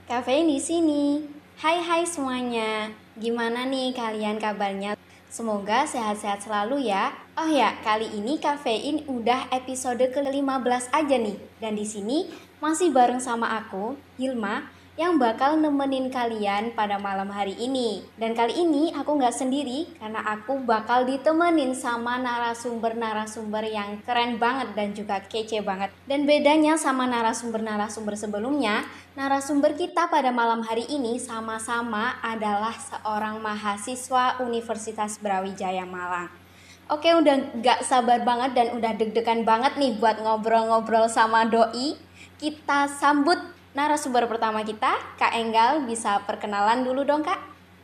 Kafein di sini. Hai semuanya. Gimana nih kalian kabarnya? Semoga sehat-sehat selalu ya. Oh ya, kali ini Kafein udah episode ke-15 aja nih. Dan di sini masih bareng sama aku, Hilma, yang bakal nemenin kalian pada malam hari ini. Dan kali ini aku nggak sendiri karena aku bakal ditemenin sama narasumber-narasumber yang keren banget dan juga kece banget. Dan bedanya sama narasumber-narasumber sebelumnya, narasumber kita pada malam hari ini sama-sama adalah seorang mahasiswa Universitas Brawijaya Malang. Oke, udah gak sabar banget dan udah deg-degan banget nih buat ngobrol-ngobrol sama Doi. Kita sambut narasumber pertama kita, Kak Enggal. Bisa perkenalan dulu dong, Kak?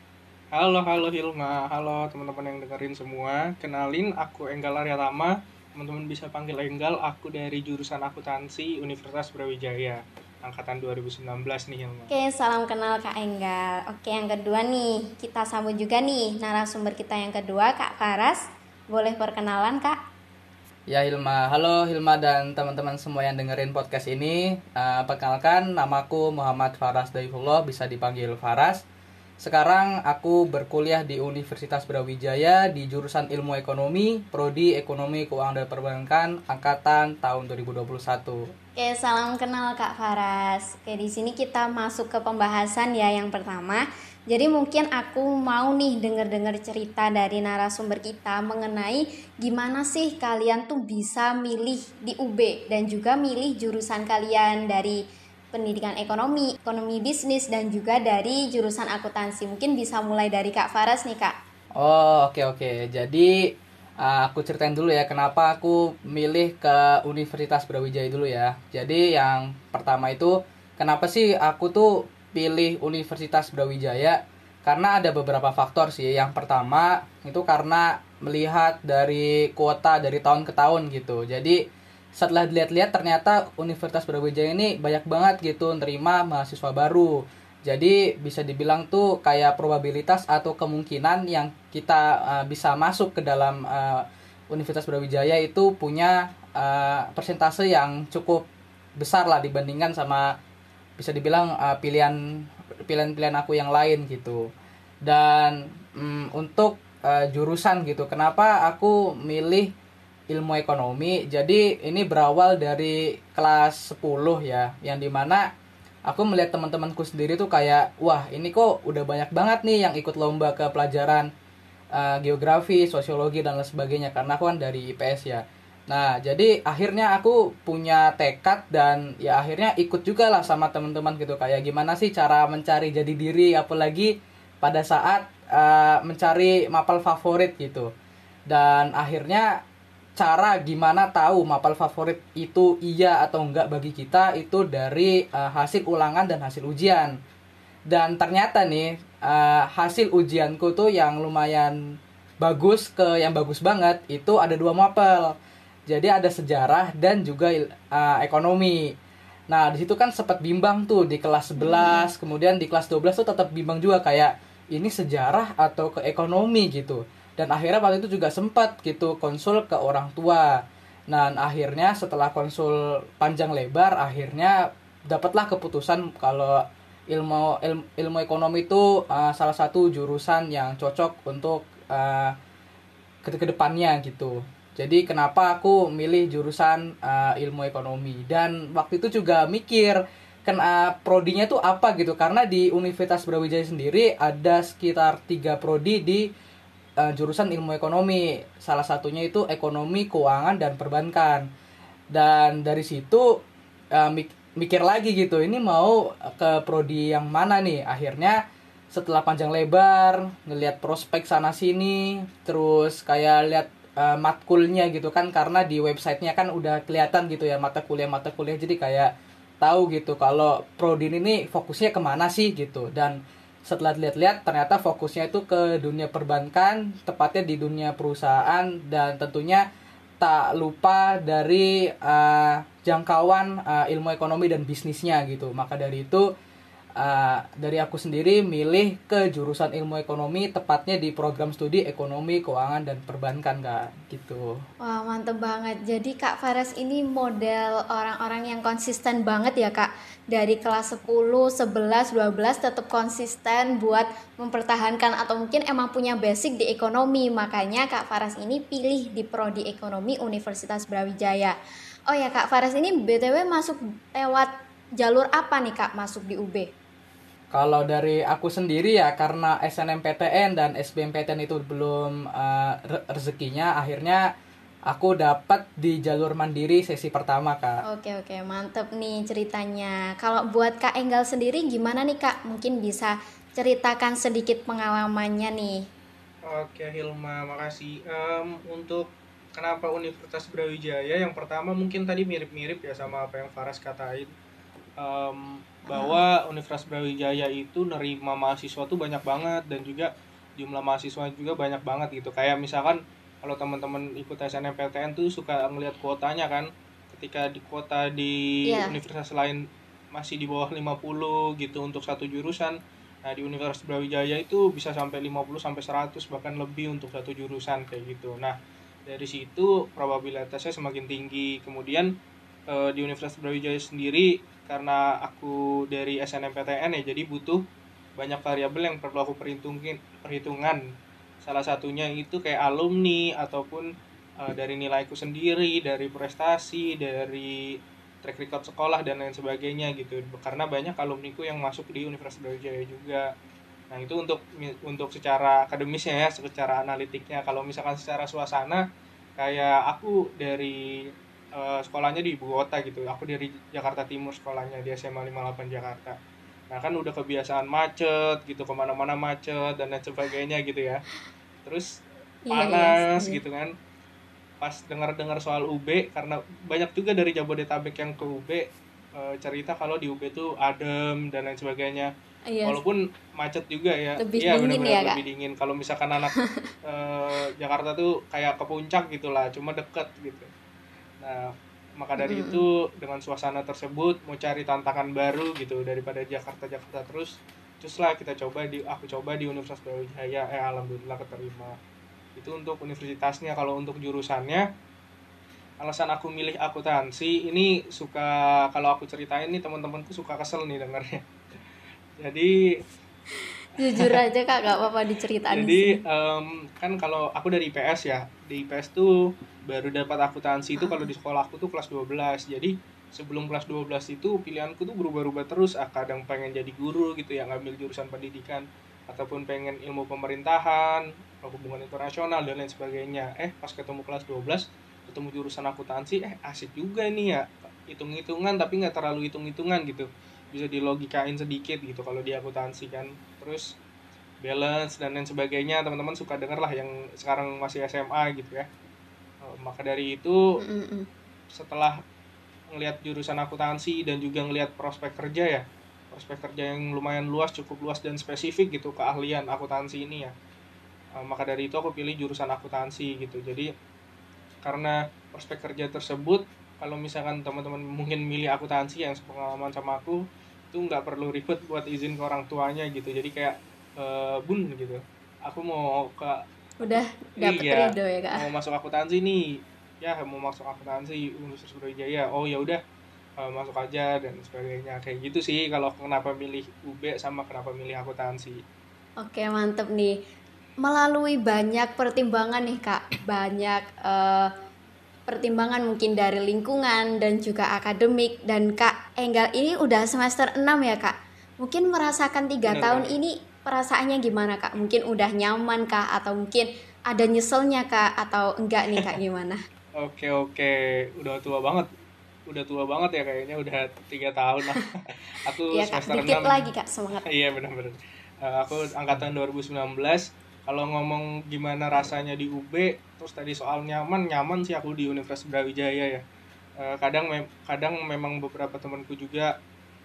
Halo Hilma, halo teman-teman yang dengerin semua. Kenalin, aku Enggal Aryatama. Teman-teman bisa panggil Enggal, aku dari jurusan akuntansi Universitas Brawijaya, angkatan 2019 nih Hilma. Oke, salam kenal Kak Enggal. Oke, yang kedua nih, kita sambut juga nih narasumber kita yang kedua, Kak Faras. Boleh perkenalan, Kak? Ya Hilma, halo Hilma dan teman-teman semua yang dengerin podcast ini. Perkenalkan, namaku Muhammad Faras Daifullah, bisa dipanggil Faras. Sekarang aku berkuliah di Universitas Brawijaya di jurusan Ilmu Ekonomi, Prodi Ekonomi Keuangan dan Perbankan, angkatan tahun 2021. Oke, salam kenal Kak Faras. Oke, di sini kita masuk ke pembahasan ya yang pertama. Jadi mungkin aku mau nih denger-denger cerita dari narasumber kita mengenai gimana sih kalian tuh bisa milih di UB dan juga milih jurusan kalian dari pendidikan ekonomi, ekonomi bisnis dan juga dari jurusan akuntansi. Mungkin bisa mulai dari Kak Faras nih, Kak. Oh, oke. Jadi aku ceritain dulu ya kenapa aku milih ke Universitas Brawijaya dulu ya. Jadi yang pertama itu kenapa sih aku tuh pilih Universitas Brawijaya? Karena ada beberapa faktor sih. Yang pertama itu karena melihat dari kuota dari tahun ke tahun gitu. Jadi setelah dilihat-lihat ternyata Universitas Brawijaya ini banyak banget gitu nerima mahasiswa baru. Jadi bisa dibilang tuh kayak probabilitas atau kemungkinan yang kita bisa masuk ke dalam Universitas Brawijaya itu punya persentase yang cukup besar lah dibandingkan sama bisa dibilang pilihan-pilihan aku yang lain gitu. Dan untuk jurusan gitu, kenapa aku milih ilmu ekonomi? Jadi ini berawal dari kelas 10 ya, yang dimana aku melihat teman-temanku sendiri tuh kayak, wah ini kok udah banyak banget nih yang ikut lomba ke pelajaran geografi, sosiologi dan lain sebagainya, karena aku kan dari IPS ya. Nah jadi akhirnya aku punya tekad dan ya akhirnya ikut juga lah sama teman-teman gitu, kayak gimana sih cara mencari jati diri, apalagi pada saat mencari mapel favorit gitu. Dan akhirnya cara gimana tahu mapel favorit itu iya atau enggak bagi kita itu dari hasil ulangan dan hasil ujian. Dan ternyata nih hasil ujianku tuh yang lumayan bagus ke yang bagus banget itu ada dua mapel. Jadi ada sejarah dan juga ekonomi. Nah, di situ kan sempat bimbang tuh di kelas 11, kemudian di kelas 12 tuh tetap bimbang juga kayak ini sejarah atau ke ekonomi gitu. Dan akhirnya waktu itu juga sempat gitu konsul ke orang tua. Nah, akhirnya setelah konsul panjang lebar akhirnya dapatlah keputusan kalau ilmu ekonomi itu salah satu jurusan yang cocok untuk ke depannya gitu. Jadi kenapa aku milih jurusan ilmu ekonomi, dan waktu itu juga mikir kan prodinya tuh apa gitu, karena di Universitas Brawijaya sendiri ada sekitar 3 prodi di jurusan ilmu ekonomi. Salah satunya itu ekonomi, keuangan dan perbankan. Dan dari situ mikir lagi gitu, ini mau ke prodi yang mana nih. Akhirnya setelah panjang lebar ngelihat prospek sana sini, terus kayak lihat matkulnya gitu kan, karena di websitenya kan udah kelihatan gitu ya mata kuliah, jadi kayak tahu gitu kalau prodi ini fokusnya kemana sih gitu. Dan setelah lihat-lihat ternyata fokusnya itu ke dunia perbankan, tepatnya di dunia perusahaan, dan tentunya tak lupa dari jangkauan ilmu ekonomi dan bisnisnya gitu. Maka dari itu dari aku sendiri milih ke jurusan ilmu ekonomi, tepatnya di program studi ekonomi, keuangan, dan perbankan, Kak. Gitu. Wah, mantep banget. Jadi Kak Faras ini model orang-orang yang konsisten banget ya Kak. Dari kelas 10, 11, 12 tetap konsisten buat mempertahankan atau mungkin emang punya basic di ekonomi. Makanya Kak Faras ini pilih di prodi ekonomi Universitas Brawijaya. Oh ya Kak Faras ini BTW masuk lewat jalur apa nih Kak masuk di UB? Kalau dari aku sendiri ya, karena SNMPTN dan SBMPTN itu belum rezekinya, akhirnya aku dapat di jalur mandiri sesi pertama, Kak. Oke, mantep nih ceritanya. Kalau buat Kak Enggal sendiri gimana nih Kak? Mungkin bisa ceritakan sedikit pengalamannya nih. Oke Hilma, makasih. Untuk kenapa Universitas Brawijaya, yang pertama mungkin tadi mirip-mirip ya sama apa yang Faras katain. Bahwa Universitas Brawijaya itu nerima mahasiswa tuh banyak banget, dan juga jumlah mahasiswa juga banyak banget gitu. Kayak misalkan kalau teman-teman ikut SNMPTN tuh suka ngelihat kuotanya kan, ketika di kuota di Iya. universitas lain masih di bawah 50 gitu untuk satu jurusan. Nah, di Universitas Brawijaya itu bisa sampai 50 sampai 100 bahkan lebih untuk satu jurusan kayak gitu. Nah, dari situ probabilitasnya semakin tinggi. Kemudian di Universitas Brawijaya sendiri, karena aku dari SNMPTN ya, jadi butuh banyak variabel yang perlu aku perhitungan. Salah satunya itu kayak alumni, ataupun dari nilaiku sendiri, dari prestasi, dari track record sekolah dan lain sebagainya gitu. Karena banyak alumniku yang masuk di Universitas Brawijaya juga. Nah, itu untuk secara akademisnya ya, secara analitiknya. Kalau misalkan secara suasana, kayak aku dari sekolahnya di ibu kota gitu. Aku dari Jakarta Timur sekolahnya, di SMA 58 Jakarta. Nah, kan udah kebiasaan macet gitu, kemana-mana macet dan lain sebagainya gitu ya. Terus Iya, panas setuju. gitu kan. Pas dengar-dengar soal UB, karena banyak juga dari Jabodetabek yang ke UB cerita kalau di UB tuh adem dan lain sebagainya. Iya, Walaupun macet juga ya. lebih Iya, dingin benar-benar ya Kak. lebih dingin. Kalau misalkan anak Jakarta tuh kayak ke puncak gitulah, cuma deket gitu. Nah, maka dari Mm-mm. itu dengan suasana tersebut mau cari tantangan baru gitu daripada Jakarta terus lah aku coba di Universitas Brawijaya, alhamdulillah keterima. Itu untuk universitasnya. Kalau untuk jurusannya, alasan aku milih akuntansi ini, kalau aku ceritain nih teman-temanku suka kesel nih dengarnya. Jadi Jujur aja Kak, gak apa-apa diceritain di sini. kan kalau aku dari IPS ya, di IPS tuh baru dapat akuntansi itu kalau di sekolah aku tuh kelas 12. Jadi sebelum kelas 12 itu pilihanku tuh berubah-ubah terus. Kadang pengen jadi guru gitu ya, ngambil jurusan pendidikan, ataupun pengen ilmu pemerintahan, hubungan internasional dan lain sebagainya. Pas ketemu kelas 12, ketemu jurusan akuntansi, asik juga nih ya. Hitung-hitungan tapi nggak terlalu hitung-hitungan gitu. Bisa dilogikain sedikit gitu kalau di akuntansi kan. Terus balance dan lain sebagainya, teman-teman suka denger lah yang sekarang masih SMA gitu ya. Maka dari itu, Mm-mm. setelah ngelihat jurusan akuntansi dan juga ngelihat prospek kerja ya, prospek kerja yang lumayan luas, cukup luas dan spesifik gitu keahlian akuntansi ini ya. Maka dari itu aku pilih jurusan akuntansi gitu. Jadi karena prospek kerja tersebut, kalau misalkan teman-teman mungkin milih akuntansi yang sepengalaman sama aku, itu nggak perlu ribet buat izin ke orang tuanya gitu. Jadi kayak bun gitu, aku mau ke Udah dapet iya ridho ya Kak. mau masuk akuntansi nih, ya mau masuk akuntansi Universitas Brawijaya, oh ya udah, masuk aja dan sebagainya kayak gitu sih. Kalau kenapa milih UB sama kenapa milih akuntansi. Oke, mantep nih. Melalui banyak pertimbangan nih Kak, banyak pertimbangan mungkin dari lingkungan dan juga akademik, dan Kak Enggal ini udah semester 6 ya Kak. Mungkin merasakan 3 tahun Bener-bener. ini perasaannya gimana Kak? Mungkin udah nyaman Kak, atau mungkin ada nyeselnya Kak, atau enggak nih Kak, gimana? Oke, oke, udah tua banget, ya kayaknya, udah 3 tahun lah. Aku Iya Kak, semester dikit 6. lagi Kak, semangat. Iya, benar-benar. Aku angkatan 2019. Kalau ngomong gimana rasanya di UB, terus tadi soal nyaman, nyaman sih aku di Universitas Brawijaya ya. Kadang memang beberapa temanku juga,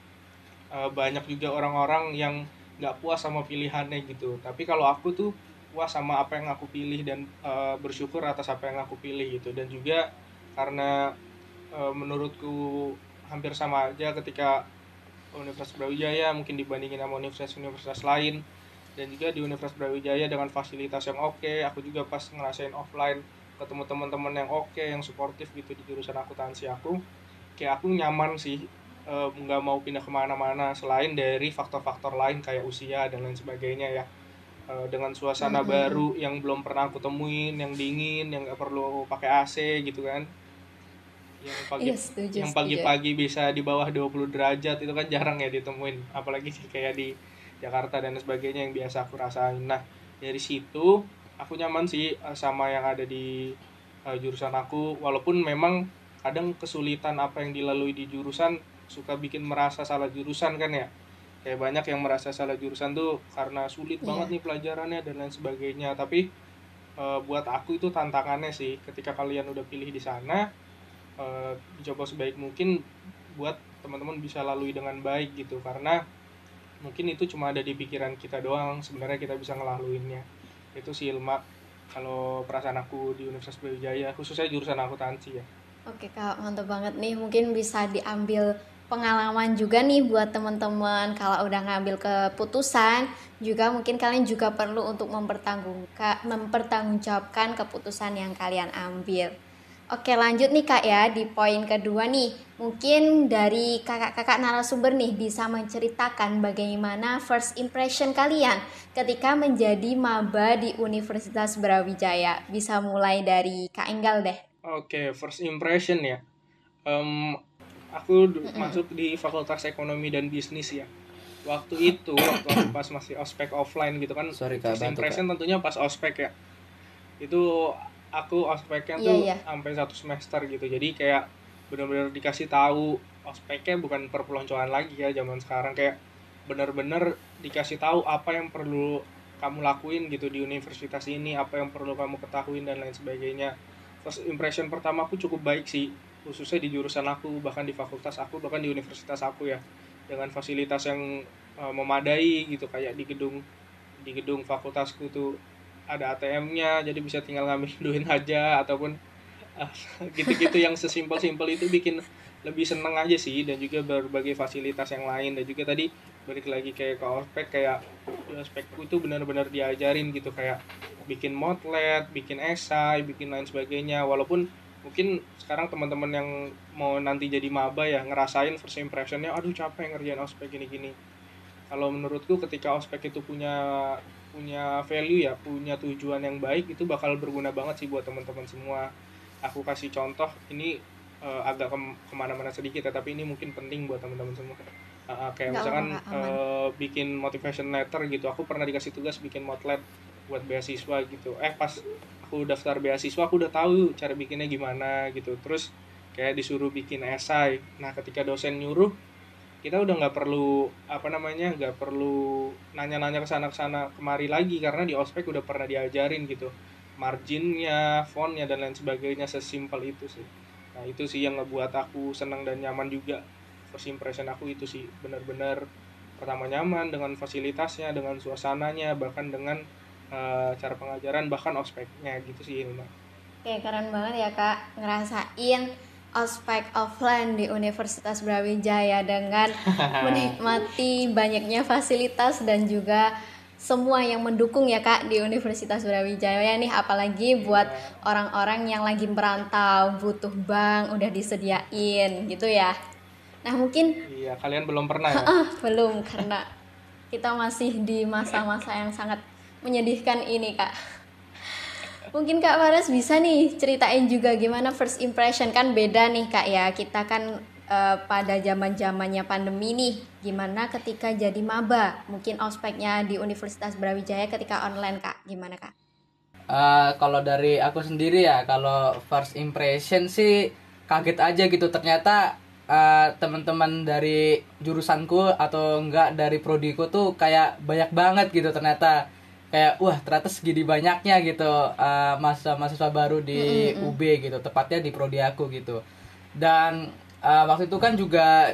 banyak juga orang-orang yang nggak puas sama pilihannya gitu. Tapi kalau aku tuh puas sama apa yang aku pilih, dan bersyukur atas apa yang aku pilih gitu. Dan juga karena menurutku hampir sama aja ketika Universitas Brawijaya mungkin dibandingin sama universitas-universitas lain. Dan juga di Universitas Brawijaya dengan fasilitas yang oke, aku juga pas ngerasain offline ketemu teman-teman yang oke, yang suportif gitu di jurusan akuntansi aku, kayak aku nyaman sih, nggak mau pindah kemana-mana selain dari faktor-faktor lain kayak usia dan lain sebagainya ya. Dengan suasana baru yang belum pernah aku temuin, yang dingin, yang nggak perlu pakai AC gitu kan, yang pagi Iya, setuju, yang setuju. pagi-pagi bisa di bawah 20 derajat itu kan jarang ya ditemuin, apalagi sih kayak di Jakarta dan sebagainya yang biasa aku rasain. Nah, dari situ aku nyaman sih sama yang ada di jurusan aku, walaupun memang kadang kesulitan apa yang dilalui di jurusan suka bikin merasa salah jurusan kan ya. Kayak banyak yang merasa salah jurusan tuh karena sulit banget Iya. nih pelajarannya dan lain sebagainya. Tapi buat aku itu tantangannya sih ketika kalian udah pilih di sana, dicoba sebaik mungkin buat teman-teman bisa lalui dengan baik gitu, karena mungkin itu cuma ada di pikiran kita doang, sebenarnya kita bisa ngelaluinnya. Itu sih Ilma, kalau perasaan aku di Universitas Brawijaya khususnya jurusan akuntansi ya. Oke Kak, mantap banget nih. Mungkin bisa diambil pengalaman juga nih buat teman-teman kalau udah ngambil keputusan. Juga mungkin kalian juga perlu untuk mempertanggungjawabkan keputusan yang kalian ambil. Oke, lanjut nih Kak ya di poin kedua nih. Mungkin dari kakak-kakak narasumber nih bisa menceritakan bagaimana first impression kalian ketika menjadi maba di Universitas Brawijaya. Bisa mulai dari Kak Enggal deh. Oke, first impression ya. Em, aku masuk di Fakultas Ekonomi dan Bisnis ya. Waktu aku pas masih ospek offline gitu kan, Sorry Kak, first bantu Kak. impression tentunya pas ospek ya. Itu aku ospeknya Iya, tuh iya. sampai 1 semester gitu, jadi kayak benar-benar dikasih tahu ospeknya bukan perpeloncoan lagi ya zaman sekarang, kayak benar-benar dikasih tahu apa yang perlu kamu lakuin gitu di universitas ini, apa yang perlu kamu ketahuin dan lain sebagainya. First impression pertama aku cukup baik sih, khususnya di jurusan aku, bahkan di fakultas aku, bahkan di universitas aku ya, dengan fasilitas yang memadai gitu, kayak di gedung fakultasku tuh ada ATM-nya, jadi bisa tinggal ngambil duit aja, ataupun ah, gitu-gitu yang sesimpel-simpel itu bikin lebih seneng aja sih. Dan juga berbagai fasilitas yang lain, dan juga tadi balik lagi kayak ke ospek, kayak di ospekku itu benar-benar diajarin gitu, kayak bikin motlet, bikin esai, bikin lain sebagainya. Walaupun mungkin sekarang teman-teman yang mau nanti jadi maba ya ngerasain first impressionnya, aduh capek ngerjain ospek gini-gini. Kalau menurutku ketika ospek itu punya punya value ya, punya tujuan yang baik, itu bakal berguna banget sih buat teman-teman semua. Aku kasih contoh ini, agak kemana-mana sedikit ya, tapi ini mungkin penting buat teman-teman semua. Kayak Nggak apa-apa misalkan Kak, aman. bikin motivation letter gitu, aku pernah dikasih tugas bikin motlet buat beasiswa gitu. Pas aku daftar beasiswa aku udah tahu cara bikinnya gimana gitu. Terus kayak disuruh bikin esai. Nah, ketika dosen nyuruh, kita udah nggak perlu nanya-nanya kesana kemari lagi, karena di ospek udah pernah diajarin gitu, marginnya, fontnya dan lain sebagainya, sesimpel itu sih. Nah, itu sih yang ngebuat aku senang dan nyaman juga. First impression aku itu sih, benar-benar pertama nyaman dengan fasilitasnya, dengan suasananya, bahkan dengan cara pengajaran, bahkan ospeknya gitu sih Ilma. Oke, keren banget ya Kak ngerasain ospek offline di Universitas Brawijaya dengan menikmati banyaknya fasilitas dan juga semua yang mendukung ya Kak di Universitas Brawijaya nih, apalagi buat Iya, orang-orang yang lagi merantau butuh bank udah disediain gitu ya. Nah, mungkin iya, kalian belum pernah ya. belum karena kita masih di masa-masa yang sangat menyedihkan ini Kak. Mungkin Kak Faras bisa nih ceritain juga gimana first impression, kan beda nih Kak ya. Kita kan pada zaman-zamannya pandemi nih. Gimana ketika jadi maba? Mungkin ospeknya di Universitas Brawijaya ketika online Kak. Gimana Kak? Kalau dari aku sendiri ya, kalau first impression sih kaget aja gitu, ternyata teman-teman dari jurusanku atau enggak dari prodiku tuh kayak banyak banget gitu ternyata. Kayak wah, ternyata segini banyaknya gitu masa mahasiswa baru di UB gitu, tepatnya di prodi aku gitu. Dan waktu itu kan juga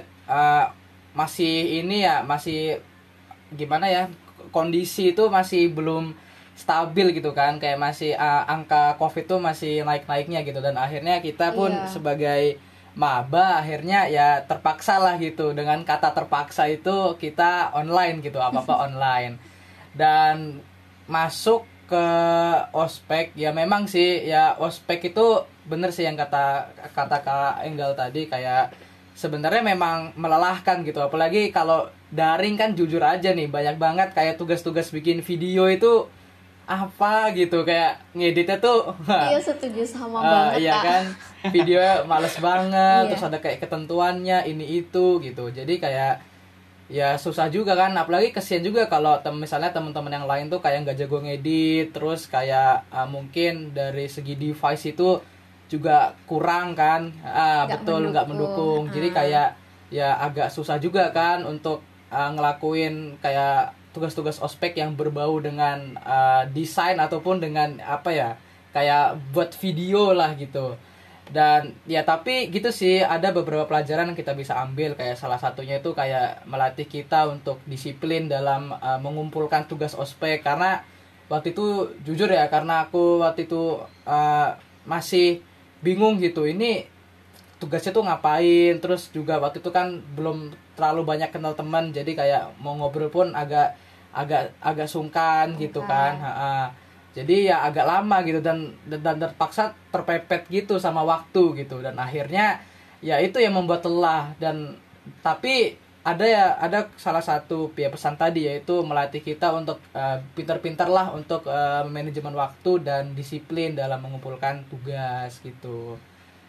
masih ini ya, masih gimana ya, kondisi itu masih belum stabil gitu kan, kayak masih angka COVID tuh masih naik-naiknya gitu. Dan akhirnya kita pun Iya. sebagai maba, akhirnya ya terpaksa lah gitu. Dengan kata terpaksa itu kita online gitu, apa-apa online. Dan masuk ke ospek ya, memang sih ya, ospek itu bener sih yang kata kata Kak Enggal tadi, kayak sebenarnya memang melelahkan gitu, apalagi kalau daring kan. Jujur aja nih, banyak banget kayak tugas-tugas bikin video itu apa gitu, kayak ngeditnya tuh Iya, setuju sama banget iya Kak. kan, video males banget. Iya. Terus ada kayak ketentuannya ini itu gitu, jadi kayak ya susah juga kan. Apalagi kesian juga kalau misalnya teman-teman yang lain tuh kayak nggak jago ngedit, terus kayak mungkin dari segi device itu juga kurang kan. Nggak Betul, nggak mendukung. Jadi kayak ya agak susah juga kan untuk ngelakuin kayak tugas-tugas ospek yang berbau dengan desain ataupun dengan apa ya, kayak buat video lah gitu. Dan ya tapi gitu sih, ada beberapa pelajaran yang kita bisa ambil, kayak salah satunya itu kayak melatih kita untuk disiplin dalam mengumpulkan tugas ospek. Karena waktu itu jujur ya, karena aku waktu itu masih bingung gitu, ini tugasnya tuh ngapain. Terus juga waktu itu kan belum terlalu banyak kenal teman, jadi kayak mau ngobrol pun agak sungkan gitu kan. Jadi ya agak lama gitu, dan terpaksa terpepet gitu sama waktu gitu. Dan akhirnya ya itu yang membuat lelah. Dan tapi ada salah satu ya pesan tadi, yaitu melatih kita untuk pintar-pintar lah untuk manajemen waktu dan disiplin dalam mengumpulkan tugas gitu.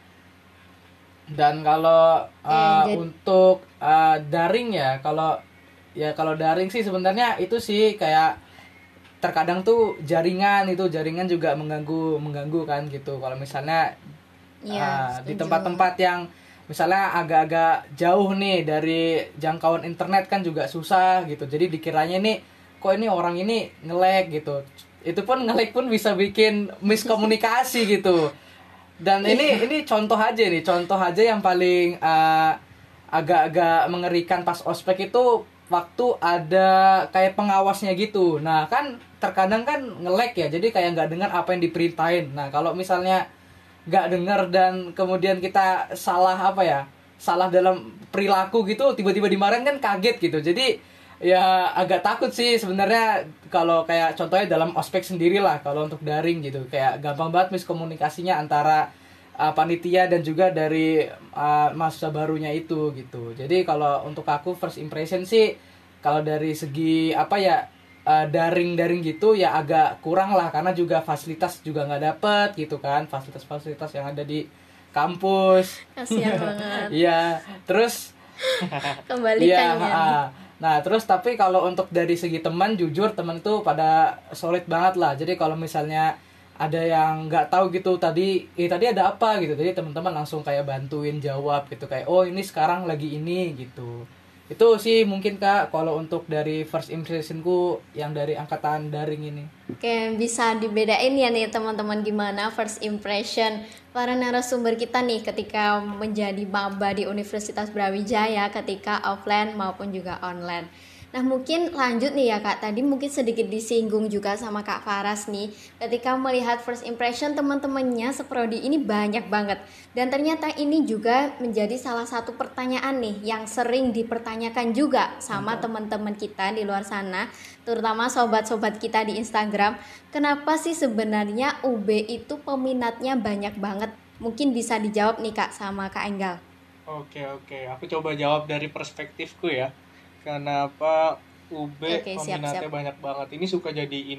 Dan kalau untuk daring ya, kalau daring sih sebenarnya itu sih kayak terkadang tuh jaringan juga mengganggu kan gitu. Kalau misalnya di tempat-tempat yang misalnya agak-agak jauh nih dari jangkauan internet kan juga susah gitu. Jadi dikiranya nih, kok ini orang ini nge-lag gitu. Itu pun nge-lag pun bisa bikin miskomunikasi gitu. Dan ini contoh aja yang paling agak-agak mengerikan pas ospek itu, waktu ada kayak pengawasnya gitu. Nah kan terkadang kan nge-lag ya, jadi kayak nggak dengar apa yang diperintahin. Nah kalau misalnya nggak dengar dan kemudian kita salah dalam perilaku gitu, tiba-tiba dimarahin kan kaget gitu. Jadi ya agak takut sih sebenarnya kalau kayak contohnya dalam ospek sendiri lah. Kalau untuk daring gitu kayak gampang banget miskomunikasinya antara panitia dan juga dari mahasiswa barunya itu gitu. Jadi kalau untuk aku first impression sih, kalau dari segi daring gitu ya agak kurang lah, karena juga fasilitas juga nggak dapet gitu kan, fasilitas yang ada di kampus. Kasian banget. Iya, terus kebalikannya. Nah terus tapi kalau untuk dari segi teman, jujur teman itu pada solid banget lah. Jadi kalau misalnya ada yang nggak tahu gitu tadi ada apa gitu, jadi teman-teman langsung kayak bantuin jawab gitu, kayak oh ini sekarang lagi ini gitu. Itu sih mungkin Kak kalau untuk dari first impressionku yang dari angkatan daring ini. Oke, bisa dibedain ya nih teman-teman, gimana first impression para narasumber kita nih ketika menjadi maba di Universitas Brawijaya, ketika offline maupun juga online. Nah mungkin lanjut nih ya Kak, tadi mungkin sedikit disinggung juga sama Kak Faras nih, ketika melihat first impression teman-temannya seprodi ini banyak banget. Dan ternyata ini juga menjadi salah satu pertanyaan nih yang sering dipertanyakan juga sama teman-teman kita di luar sana, terutama sobat-sobat kita di Instagram. Kenapa sih sebenarnya UB itu peminatnya banyak banget? Mungkin bisa dijawab nih Kak sama Kak Enggal. Oke, aku coba jawab dari perspektifku ya. Kenapa UB peminatnya banyak banget. Ini suka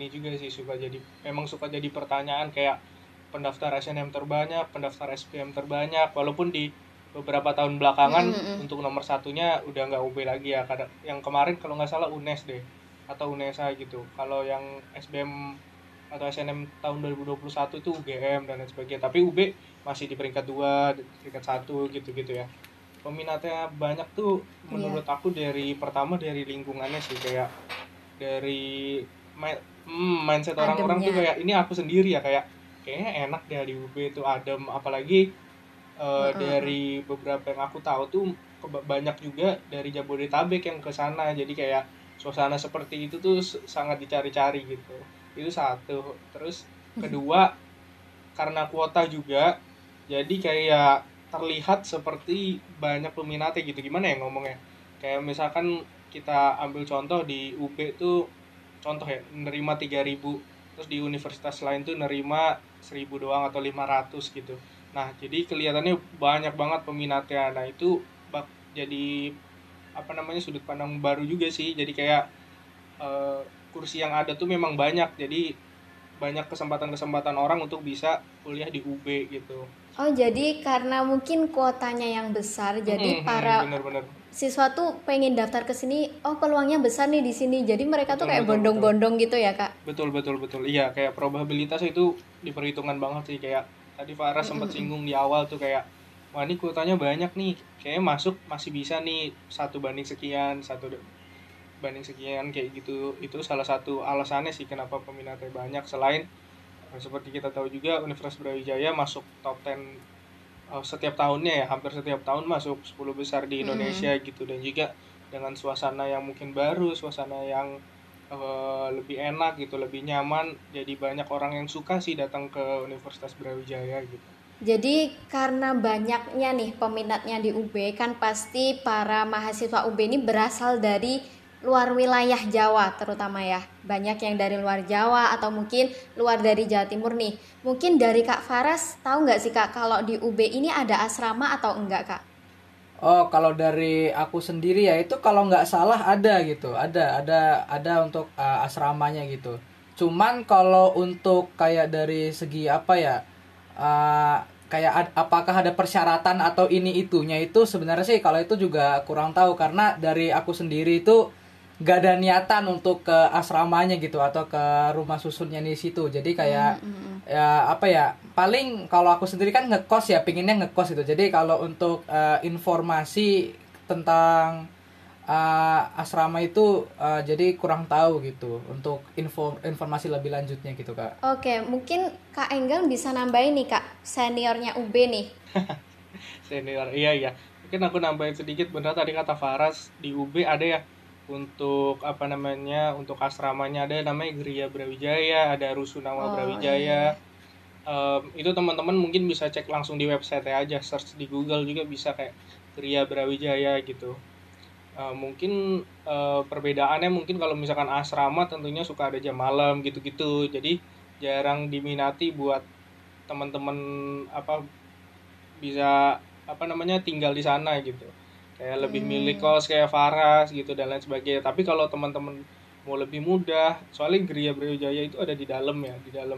jadi pertanyaan, kayak pendaftar SNM terbanyak, pendaftar SBM terbanyak, walaupun di beberapa tahun belakangan untuk nomor satunya udah nggak UB lagi ya. Yang kemarin kalau nggak salah UNES deh, atau UNESA gitu. Kalau yang SBM atau SNM tahun 2021 itu UGM dan lain sebagainya. Tapi UB masih di peringkat 2, di peringkat 1 gitu-gitu ya. Peminatnya banyak tuh menurut aku pertama dari lingkungannya sih, kayak dari mindset orang-orang tuh kayak ini aku sendiri ya, kayaknya enak deh di UB itu, adem. Apalagi dari beberapa yang aku tahu tuh banyak juga dari Jabodetabek yang ke sana, jadi kayak suasana seperti itu tuh sangat dicari-cari gitu. Itu satu. Terus kedua, karena kuota juga, jadi kayak terlihat seperti banyak peminatnya gitu. Gimana ya ngomongnya, kayak misalkan kita ambil contoh di UB tuh, contoh ya, nerima 3.000, terus di universitas lain tuh nerima 1.000 doang atau 500 gitu. Nah jadi kelihatannya banyak banget peminatnya. Nah itu jadi apa namanya, sudut pandang baru juga sih. Jadi kayak kursi yang ada tuh memang banyak, jadi banyak kesempatan-kesempatan orang untuk bisa kuliah di UB gitu. Oh, jadi karena mungkin kuotanya yang besar, jadi para Bener-bener. siswa tuh pengen daftar ke sini, oh peluangnya besar nih di sini. Jadi mereka tuh Betul, kayak betul, betul. bondong-bondong gitu ya, Kak? Betul, betul, betul. Iya, kayak probabilitas itu diperhitungkan banget sih. Kayak tadi Farah sempat singgung di awal tuh, kayak wah ini kuotanya banyak nih, kayaknya masuk masih bisa nih, 1 banding sekian, 1 banding sekian kayak gitu. Itu salah satu alasannya sih kenapa peminatnya banyak. Selain seperti kita tahu juga, Universitas Brawijaya masuk top 10 setiap tahunnya ya, hampir setiap tahun masuk 10 besar di Indonesia gitu. Dan juga dengan suasana yang mungkin baru, suasana yang lebih enak gitu, lebih nyaman, jadi banyak orang yang suka sih datang ke Universitas Brawijaya gitu. Jadi karena banyaknya nih peminatnya di UB, kan pasti para mahasiswa UB ini berasal dari luar wilayah Jawa terutama ya. Banyak yang dari luar Jawa atau mungkin luar dari Jawa Timur nih. Mungkin dari Kak Faras, tahu nggak sih Kak kalau di UB ini ada asrama atau enggak, Kak? Oh, kalau dari aku sendiri ya itu kalau nggak salah ada gitu, ada untuk asramanya gitu. Cuman kalau untuk kayak dari segi apa ya, kayak apakah ada persyaratan atau ini itunya itu sebenarnya sih kalau itu juga kurang tahu karena dari aku sendiri itu gak ada niatan untuk ke asramanya gitu atau ke rumah susunnya di situ. Jadi kayak ya apa ya, paling kalau aku sendiri kan ngekos ya, pinginnya ngekos gitu. Jadi kalau untuk informasi tentang asrama itu jadi kurang tahu gitu untuk informasi lebih lanjutnya gitu, Kak. Oke, mungkin Kak Enggang bisa nambahin nih Kak, seniornya UB nih. Senior, iya, iya, mungkin aku nambahin sedikit. Benar tadi kata Faras, di UB ada ya untuk apa namanya, untuk asramanya ada namanya Geria Brawijaya, ada Rusunawa Brawijaya. Iya. Itu teman-teman mungkin bisa cek langsung di website aja, search di Google juga bisa kayak Geria Brawijaya gitu. Mungkin perbedaannya mungkin kalau misalkan asrama tentunya suka ada jam malam gitu-gitu, jadi jarang diminati buat teman-teman apa bisa apa namanya tinggal di sana gitu, kayak lebih milih kos kayak Faras gitu dan lain sebagainya. Tapi kalau teman-teman mau lebih mudah, soalnya Geria Brawijaya itu ada di dalam ya,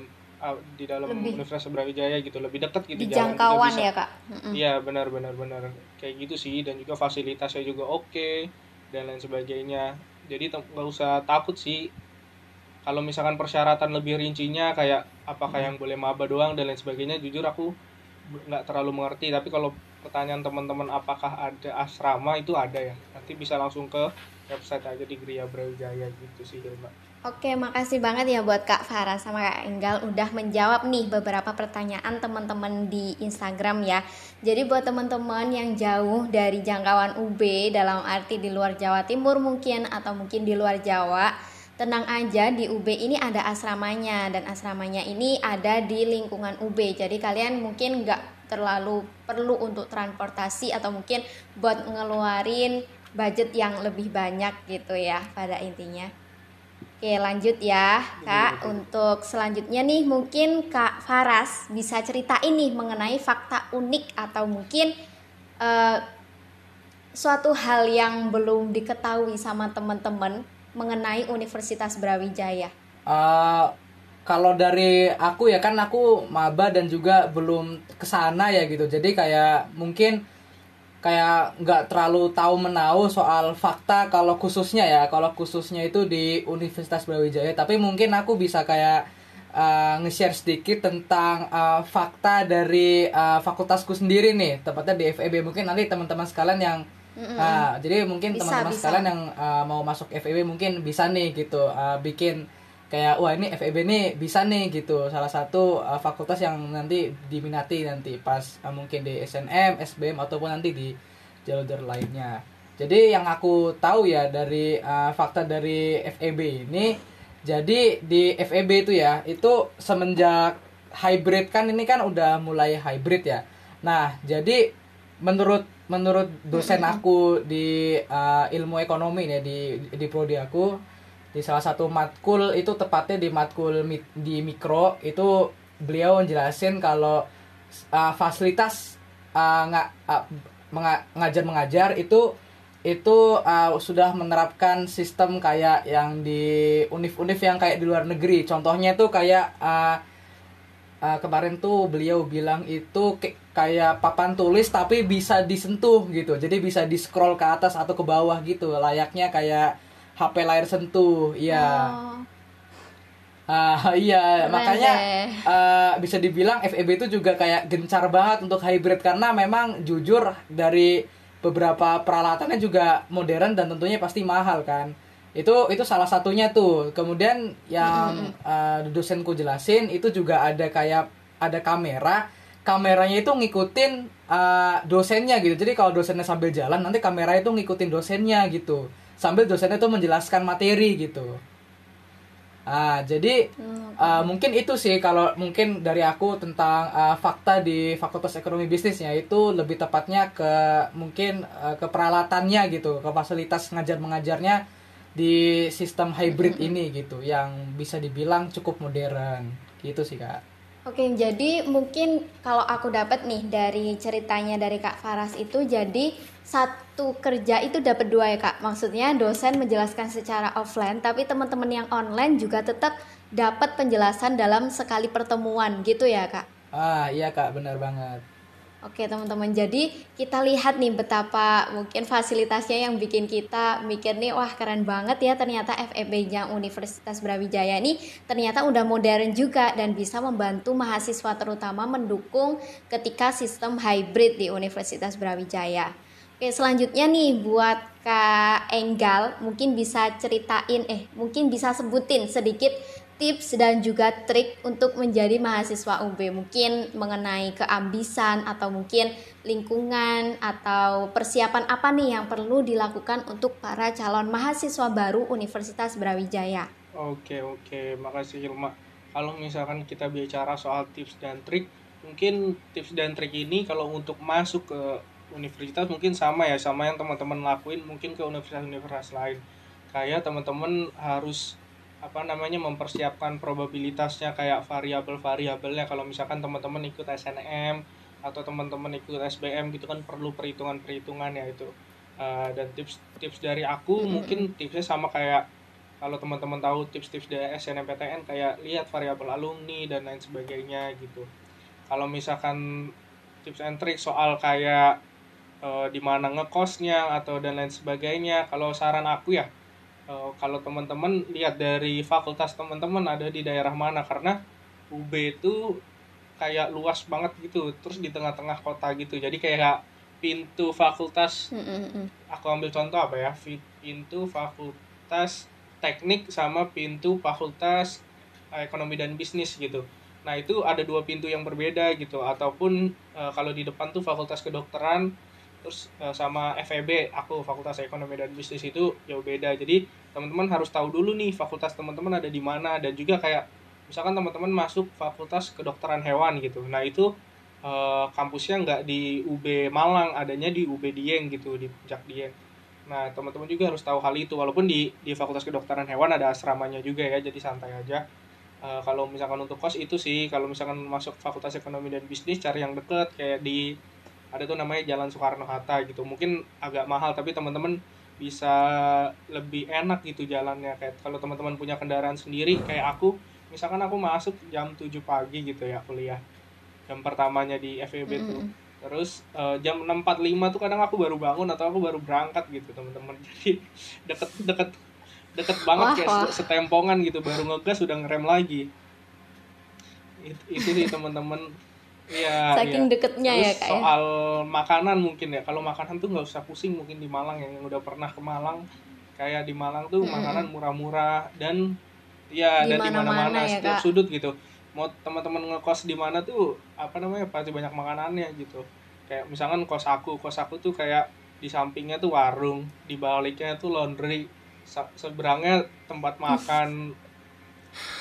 di dalam Lebih Universitas Brawijaya gitu, lebih dekat gitu, di jalan juga jangkauan bisa. ya Kak. Iya, benar, benar, benar, kayak gitu sih. Dan juga fasilitasnya juga oke dan lain sebagainya, jadi nggak usah takut sih. Kalau misalkan persyaratan lebih rincinya kayak apakah yang boleh maba doang dan lain sebagainya, jujur aku nggak terlalu mengerti. Tapi kalau pertanyaan teman-teman apakah ada asrama, itu ada ya, nanti bisa langsung ke website aja di Gria Brawijaya gitu sih Mbak. Oke, makasih banget ya buat Kak Farah sama Kak Enggal udah menjawab nih beberapa pertanyaan teman-teman di Instagram ya. Jadi buat teman-teman yang jauh dari jangkauan UB, dalam arti di luar Jawa Timur mungkin atau mungkin di luar Jawa, tenang aja, di UB ini ada asramanya, dan asramanya ini ada di lingkungan UB. Jadi kalian mungkin nggak terlalu perlu untuk transportasi atau mungkin buat ngeluarin budget yang lebih banyak gitu ya pada intinya. Oke, lanjut ya Kak. Betul. Untuk selanjutnya nih mungkin Kak Faras bisa ceritain nih mengenai fakta unik atau mungkin eh, suatu hal yang belum diketahui sama teman-teman mengenai Universitas Brawijaya. Eh, Kalau dari aku ya kan aku maba dan juga belum kesana ya gitu. Jadi kayak mungkin kayak nggak terlalu tahu menahu soal fakta kalau khususnya itu di Universitas Brawijaya, tapi mungkin aku bisa kayak nge-share sedikit tentang fakta dari fakultasku sendiri nih, tepatnya di FEB. Mungkin nanti teman-teman sekalian yang jadi mungkin teman-teman sekalian yang mau masuk FEB mungkin bisa nih gitu bikin kayak wah ini FEB nih bisa nih gitu, salah satu fakultas yang nanti diminati nanti pas mungkin di SNM, SBM ataupun nanti di jalur lainnya. Jadi yang aku tahu ya dari fakta dari FEB ini, jadi di FEB itu ya itu semenjak hybrid kan, ini kan udah mulai hybrid ya. Nah, jadi menurut dosen aku di ilmu ekonomi nih di prodi aku, di salah satu matkul itu, tepatnya di matkul di mikro itu, beliau jelasin kalau fasilitas mengajar sudah menerapkan sistem kayak yang di univ-univ yang kayak di luar negeri. Contohnya tuh kayak kemarin tuh beliau bilang itu kayak papan tulis tapi bisa disentuh gitu. Jadi bisa di-scroll ke atas atau ke bawah gitu. Layaknya kayak HP layar sentuh. Iya. Iya, Keren makanya deh. bisa dibilang FEB itu juga kayak gencar banget untuk hybrid, karena memang jujur dari beberapa peralatannya juga modern dan tentunya pasti mahal kan. Itu salah satunya tuh. Kemudian yang dosenku jelasin itu juga ada kayak ada kameranya itu ngikutin dosennya gitu. Jadi kalau dosennya sambil jalan, nanti kameranya itu ngikutin dosennya gitu, sambil dosennya itu menjelaskan materi gitu. Jadi mungkin itu sih kalau mungkin dari aku tentang fakta di Fakultas Ekonomi Bisnisnya, itu lebih tepatnya ke mungkin ke peralatannya gitu, ke fasilitas ngajar mengajarnya di sistem hybrid ini gitu, yang bisa dibilang cukup modern gitu sih Kak. Oke, jadi mungkin kalau aku dapat nih dari ceritanya dari Kak Faras itu, jadi satu kerja itu dapat dua ya Kak. Maksudnya dosen menjelaskan secara offline, tapi teman-teman yang online juga tetap dapat penjelasan dalam sekali pertemuan gitu ya Kak. Iya Kak, benar banget. Oke teman-teman, jadi kita lihat nih betapa mungkin fasilitasnya yang bikin kita mikir nih, wah keren banget ya ternyata FEB-nya Universitas Brawijaya ini ternyata udah modern juga dan bisa membantu mahasiswa, terutama mendukung ketika sistem hybrid di Universitas Brawijaya. Oke, selanjutnya nih buat Kak Enggal, mungkin bisa mungkin bisa sebutin sedikit tips dan juga trik untuk menjadi mahasiswa UB, mungkin mengenai keambisan atau mungkin lingkungan atau persiapan apa nih yang perlu dilakukan untuk para calon mahasiswa baru Universitas Brawijaya. Oke, makasih Hilma. Kalau misalkan kita bicara soal tips dan trik, mungkin tips dan trik ini kalau untuk masuk ke universitas mungkin sama yang teman-teman lakuin mungkin ke universitas-universitas lain. Kayak teman-teman harus mempersiapkan probabilitasnya, kayak variabel-variabelnya. Kalau misalkan teman-teman ikut SNM atau teman-teman ikut SBM gitu kan perlu perhitungan ya itu. Dan tips dari aku mungkin tipsnya sama kayak kalau teman-teman tahu tips-tips dari SNMPTN, kayak lihat variabel alumni dan lain sebagainya gitu. Kalau misalkan tips and trick soal kayak di mana ngekosnya atau dan lain sebagainya, kalau saran aku ya, kalau teman-teman lihat dari fakultas teman-teman ada di daerah mana, karena UB itu kayak luas banget gitu, terus di tengah-tengah kota gitu. Jadi kayak pintu fakultas, aku ambil contoh pintu fakultas teknik sama pintu fakultas ekonomi dan bisnis gitu. Nah itu ada dua pintu yang berbeda gitu. Ataupun kalau di depan tuh fakultas kedokteran, terus sama FEB, aku fakultas ekonomi dan bisnis, itu jauh beda. Jadi teman-teman harus tahu dulu nih fakultas teman-teman ada di mana. Dan juga kayak misalkan teman-teman masuk fakultas kedokteran hewan gitu, nah itu kampusnya nggak di UB Malang, adanya di UB Dieng gitu, di Puncak Dieng. Nah teman-teman juga harus tahu hal itu, walaupun di fakultas kedokteran hewan ada asramanya juga ya, jadi santai aja. Kalau misalkan untuk kos itu sih, kalau misalkan masuk fakultas ekonomi dan bisnis cari yang deket, kayak di ada tuh namanya Jalan Soekarno-Hatta gitu. Mungkin agak mahal tapi teman-teman bisa lebih enak gitu jalannya. Kayak kalau teman-teman punya kendaraan sendiri, kayak aku, misalkan aku masuk jam 7 pagi gitu ya kuliah. Jam pertamanya di FEB tuh. Terus jam 6.45 tuh kadang aku baru bangun atau aku baru berangkat gitu, teman-teman. Jadi deket banget, kayak setempongan gitu, baru ngegas udah ngerem lagi. Itu sih teman-teman. Iya, saking deketnya ya Kak. Soal makanan mungkin ya, kalau makanan tuh nggak usah pusing mungkin di Malang ya, yang udah pernah ke Malang, kayak di Malang tuh makanan murah-murah dan ya dan di mana-mana ya, setiap Kak, sudut gitu. Mau teman-teman ngekos di mana tuh pasti banyak makanannya gitu. Kayak misalkan kos aku tuh kayak di sampingnya tuh warung, di baliknya tuh laundry, seberangnya tempat makan.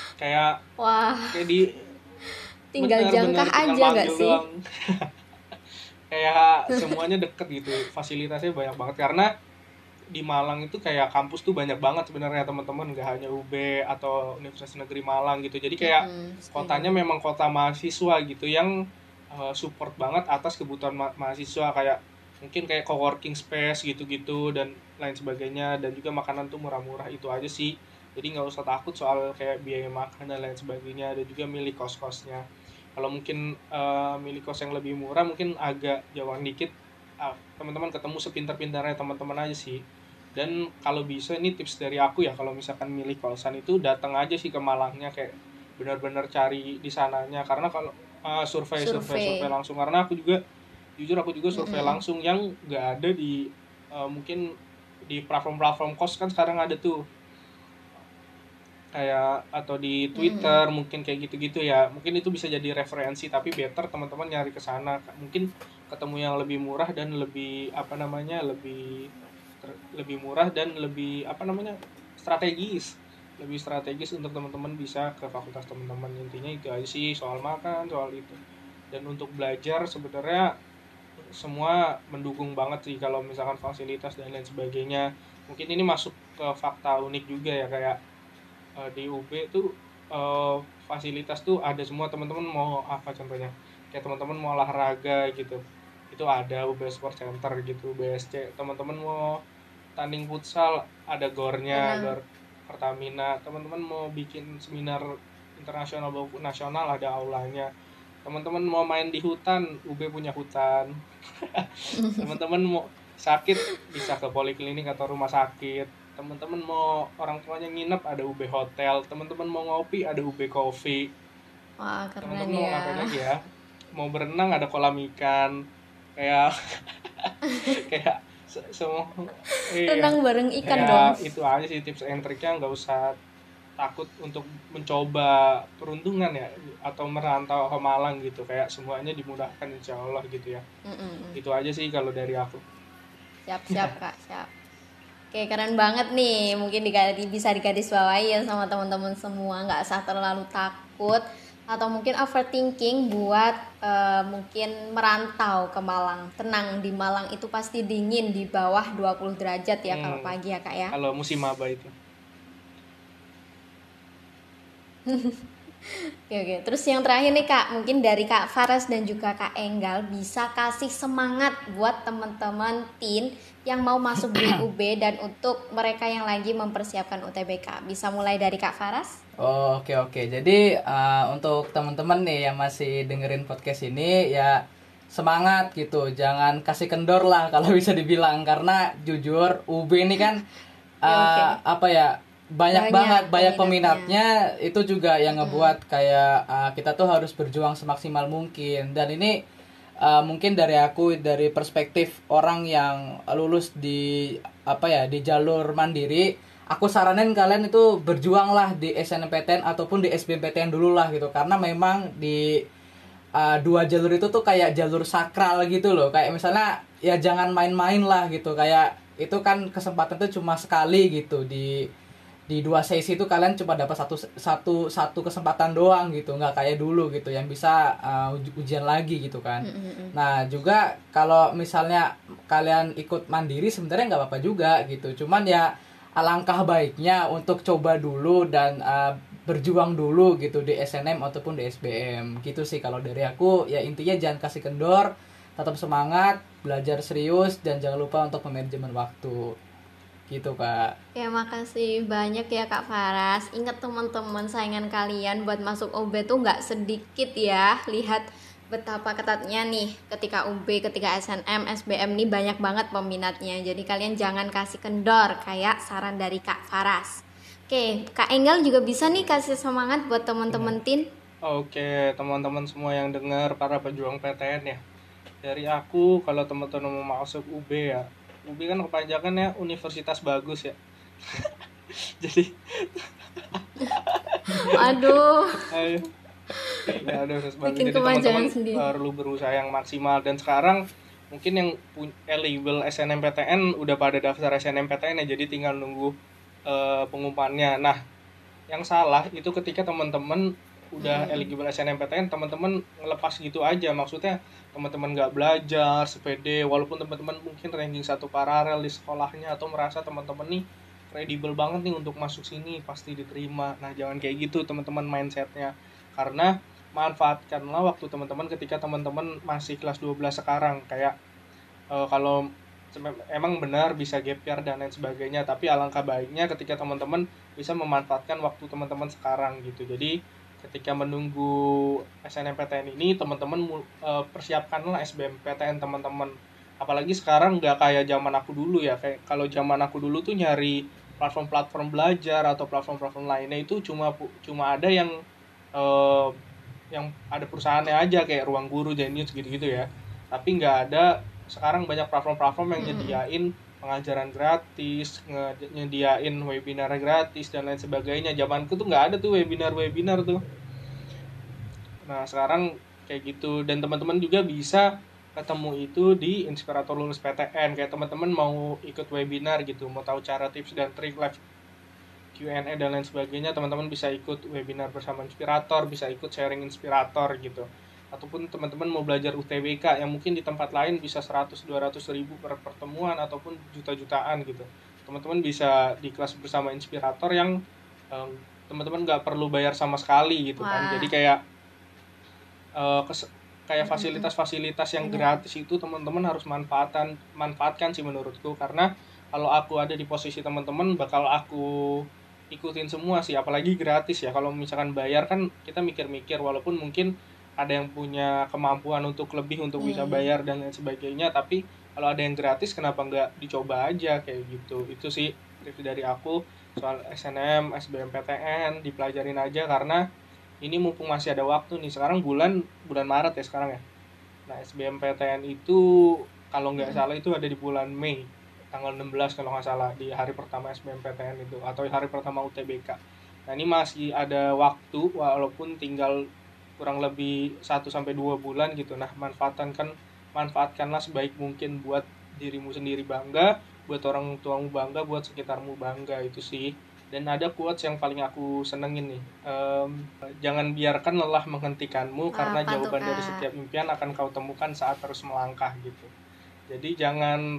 Kayak wah, kayak di tinggal jangkah aja nggak sih? kayak semuanya deket gitu, fasilitasnya banyak banget karena di Malang itu kayak kampus tuh banyak banget sebenarnya teman-teman, nggak hanya UB atau Universitas Negeri Malang gitu. Jadi kayak kotanya memang kota mahasiswa gitu yang support banget atas kebutuhan mahasiswa, kayak mungkin kayak coworking space gitu-gitu dan lain sebagainya, dan juga makanan tuh murah-murah, itu aja sih. Jadi nggak usah takut soal kayak biaya makan dan lain sebagainya, dan juga milih kos-kosnya. Kalau mungkin milih kos yang lebih murah mungkin agak jauhan dikit, teman-teman ketemu sepintar-pintarnya teman-teman aja sih. Dan kalau bisa ini tips dari aku ya, kalau misalkan milih kosan itu datang aja sih ke Malangnya, kayak benar-benar cari di sananya, karena kalau survei langsung, karena aku juga jujur aku juga survei langsung yang nggak ada di mungkin di platform-platform kos kan sekarang ada tuh kayak, atau di Twitter mungkin kayak gitu-gitu ya, mungkin itu bisa jadi referensi, tapi better teman-teman nyari ke sana, mungkin ketemu yang lebih murah dan lebih apa namanya lebih murah dan lebih apa namanya lebih strategis untuk teman-teman bisa ke fakultas teman-teman. Intinya itu aja sih, soal makan, soal itu. Dan untuk belajar sebenarnya semua mendukung banget sih kalau misalkan fasilitas dan lain sebagainya. Mungkin ini masuk ke fakta unik juga ya, kayak di UB tuh fasilitas tuh ada semua. Teman-teman mau apa contohnya, kayak teman-teman mau olahraga gitu, itu ada UB Sport Center gitu, BSC. Teman-teman mau tanding futsal ada gornya, gor Pertamina. Teman-teman mau bikin seminar internasional maupun nasional ada aulanya. Teman-teman mau main di hutan, UB punya hutan. Teman-teman mau sakit bisa ke poliklinik atau rumah sakit. Teman-teman mau orang tuanya nginep ada UB hotel. Teman-teman mau ngopi ada UB coffee. Wah, keren Teman-teman ya. mau ngapain lagi ya, mau berenang ada kolam ikan, kayak kayak semua Renang bareng ikan kayak dong. itu aja sih tips and triknya. Nggak usah takut untuk mencoba peruntungan ya, atau merantau ke Malang gitu, kayak semuanya dimudahkan insya Allah gitu ya. Itu aja sih kalau dari aku. Siap Kak, siap. Oke, keren banget nih. Mungkin bisa digarisbawahi ya sama teman-teman semua, nggak usah terlalu takut atau mungkin overthinking buat mungkin merantau ke Malang. Tenang, di Malang itu pasti dingin, di bawah 20 derajat ya kalau pagi ya Kak ya. Kalau musim maba itu. Oke. Terus yang terakhir nih Kak, mungkin dari Kak Faras dan juga Kak Enggal bisa kasih semangat buat teman-teman teen yang mau masuk di UB dan untuk mereka yang lagi mempersiapkan UTBK. Bisa mulai dari Kak Faras? Oke. Jadi untuk teman-teman nih yang masih dengerin podcast ini ya, semangat gitu, jangan kasih kendor lah kalau bisa dibilang, karena jujur UB ini kan apa ya, banyak peminatnya. Itu juga yang ngebuat kayak kita tuh harus berjuang semaksimal mungkin. Dan ini mungkin dari aku, dari perspektif orang yang lulus di di jalur mandiri, aku saranin kalian itu berjuang lah di SNMPTN ataupun di SBMPTN dulu lah gitu, karena memang di dua jalur itu tuh kayak jalur sakral gitu loh. Kayak misalnya ya jangan main-main lah gitu, kayak itu kan kesempatan tuh cuma sekali gitu. Di dua sesi itu kalian cuma dapat satu kesempatan doang gitu, nggak kayak dulu gitu yang bisa ujian lagi gitu kan. Nah juga kalau misalnya kalian ikut mandiri sebenarnya nggak apa-apa juga gitu, cuman ya alangkah baiknya untuk coba dulu dan berjuang dulu gitu di SNM ataupun di SBM gitu sih kalau dari aku. Ya intinya jangan kasih kendor, tetap semangat, belajar serius, dan jangan lupa untuk manajemen waktu gitu Kak. Ya, makasih banyak ya Kak Faras. Ingat teman-teman, saingan kalian buat masuk UB tuh nggak sedikit ya. Lihat betapa ketatnya nih ketika UB, ketika SNM, SBM nih banyak banget peminatnya. Jadi kalian jangan kasih kendor kayak saran dari Kak Faras. Oke, Kak Enggal juga bisa nih kasih semangat buat teman-teman teen. Oke, teman-teman semua yang dengar, para pejuang PTN ya. Dari aku, kalau teman-teman mau masuk UB ya, UB kan kepanjangannya Universitas Bagus ya. Jadi Aduh. Ya udah Universitas Bagus. Bikin Jadi teman-teman sendiri. perlu berusaha yang maksimal. Dan sekarang mungkin yang eligible SNMPTN udah pada daftar SNMPTN ya, jadi tinggal nunggu pengumumannya. Nah, yang salah itu ketika teman-teman udah eligible SNMPTN, teman-teman ngelepas gitu aja. Maksudnya teman-teman nggak belajar sepede, walaupun teman-teman mungkin ranking satu paralel di sekolahnya, atau merasa teman-teman nih kredibel banget nih untuk masuk sini, pasti diterima. Nah, jangan kayak gitu teman-teman mindsetnya. Karena manfaatkanlah waktu teman-teman ketika teman-teman masih kelas 12 sekarang. Kayak kalau emang benar bisa gap year dan lain sebagainya, tapi alangkah baiknya ketika teman-teman bisa memanfaatkan waktu teman-teman sekarang gitu. Jadi ketika menunggu SNMPTN ini, teman-teman persiapkanlah SBMPTN teman-teman. Apalagi sekarang nggak kayak zaman aku dulu ya. Kayak kalau zaman aku dulu tuh nyari platform-platform belajar atau platform-platform lainnya itu cuma ada eh, yang ada perusahaannya aja, kayak Ruang Guru, Genius gitu-gitu ya. Tapi nggak ada. Sekarang banyak platform-platform yang nyediain pengajaran gratis, nyediain webinar gratis dan lain sebagainya. Zamanku tuh nggak ada tuh webinar tuh. Nah, sekarang kayak gitu, dan teman-teman juga bisa ketemu itu di Inspirator Lulus PTN. Kayak teman-teman mau ikut webinar gitu, mau tahu cara tips dan trik live Q&A dan lain sebagainya, teman-teman bisa ikut webinar bersama Inspirator, bisa ikut sharing Inspirator gitu. Ataupun teman-teman mau belajar UTBK yang mungkin di tempat lain bisa 100-200 ribu per pertemuan ataupun juta-jutaan gitu. Teman-teman bisa di kelas bersama Inspirator yang teman-teman nggak perlu bayar sama sekali gitu kan. Jadi kayak fasilitas-fasilitas yang gratis itu teman-teman harus manfaatkan sih menurutku. Karena kalau aku ada di posisi teman-teman, bakal aku ikutin semua sih, apalagi gratis ya. Kalau misalkan bayar kan kita mikir-mikir, walaupun mungkin ada yang punya kemampuan untuk lebih untuk bisa bayar dan lain sebagainya, tapi kalau ada yang gratis kenapa nggak dicoba aja kayak gitu. Itu sih review dari aku soal SNM, SBMPTN, dipelajarin aja karena ini mumpung masih ada waktu nih. Sekarang bulan Maret ya sekarang ya. Nah, SBMPTN itu kalau nggak salah itu ada di bulan Mei, tanggal 16 kalau nggak salah, di hari pertama SBMPTN itu, atau hari pertama UTBK. Nah, ini masih ada waktu walaupun tinggal kurang lebih 1-2 bulan gitu. Nah, manfaatkanlah sebaik mungkin buat dirimu sendiri bangga, buat orang tuamu bangga, buat sekitarmu bangga. Itu sih. Dan ada quotes yang paling aku senengin nih, jangan biarkan lelah menghentikanmu, karena jawaban dari setiap impian akan kau temukan saat terus melangkah gitu. Jadi jangan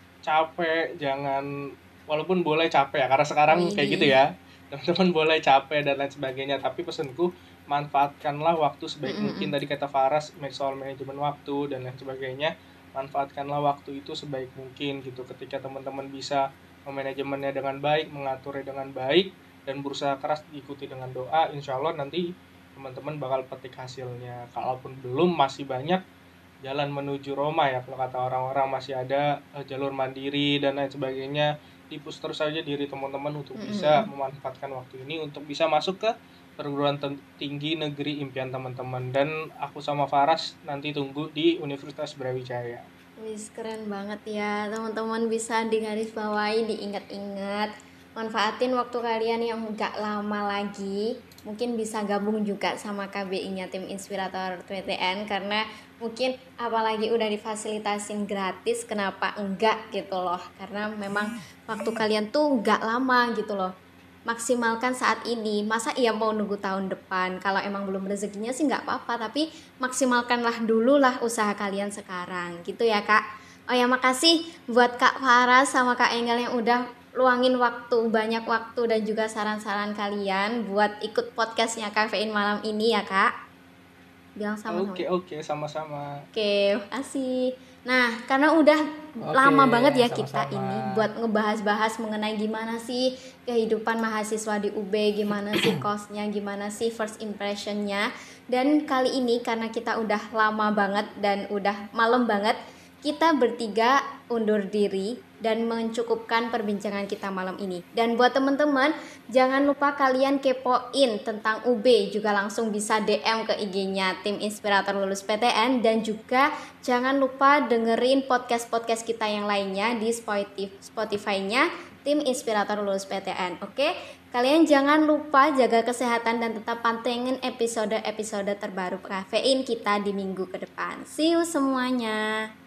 capek, walaupun boleh capek ya, karena sekarang kayak gitu ya, teman-teman boleh capek dan lain sebagainya, tapi pesanku manfaatkanlah waktu sebaik mungkin. Tadi kata Faras soal manajemen waktu dan lain sebagainya, manfaatkanlah waktu itu sebaik mungkin gitu. Ketika teman-teman bisa memanajemennya dengan baik, mengaturnya dengan baik, dan berusaha keras, diikuti dengan doa, insya Allah nanti teman-teman bakal petik hasilnya. Kalaupun belum, masih banyak jalan menuju Roma ya, kalau kata orang-orang, masih ada jalur mandiri dan lain sebagainya. Dipus terus saja diri teman-teman untuk bisa memanfaatkan waktu ini untuk bisa masuk ke perguruan tinggi negeri impian teman-teman. Dan aku sama Faras nanti tunggu di Universitas Brawijaya. Wis, keren banget ya teman-teman, bisa digarisbawahi, diingat-ingat, manfaatin waktu kalian yang gak lama lagi. Mungkin bisa gabung juga sama KBI-nya tim Inspirator PTN, karena mungkin apalagi udah difasilitasin gratis, kenapa enggak gitu loh. Karena memang waktu kalian tuh gak lama gitu loh, maksimalkan saat ini. Masa iya mau nunggu tahun depan? Kalau emang belum rezekinya sih nggak apa-apa, tapi maksimalkanlah dulu lah usaha kalian sekarang gitu ya Kak. Oh ya, makasih buat Kak Farah sama Kak Engel yang udah luangin waktu, banyak waktu, dan juga saran-saran kalian buat ikut podcastnya Kafein malam ini ya Kak. Bilang sama-sama. Oke, sama-sama. Oke, makasih. Nah, karena udah lama banget ya kita ini buat ngebahas-bahas mengenai gimana sih kehidupan mahasiswa di UB, gimana sih kosnya, gimana sih first impressionnya. Dan kali ini karena kita udah lama banget dan udah malam banget, kita bertiga undur diri dan mencukupkan perbincangan kita malam ini. Dan buat teman-teman, jangan lupa kalian kepoin tentang UB, juga langsung bisa DM ke IG-nya Tim Inspirator Lulus PTN, dan juga jangan lupa dengerin podcast-podcast kita yang lainnya di Spotify-nya Tim Inspirator Lulus PTN. Oke? Kalian jangan lupa jaga kesehatan dan tetap pantengin episode-episode terbaru Kafein kita di minggu ke depan. See you semuanya.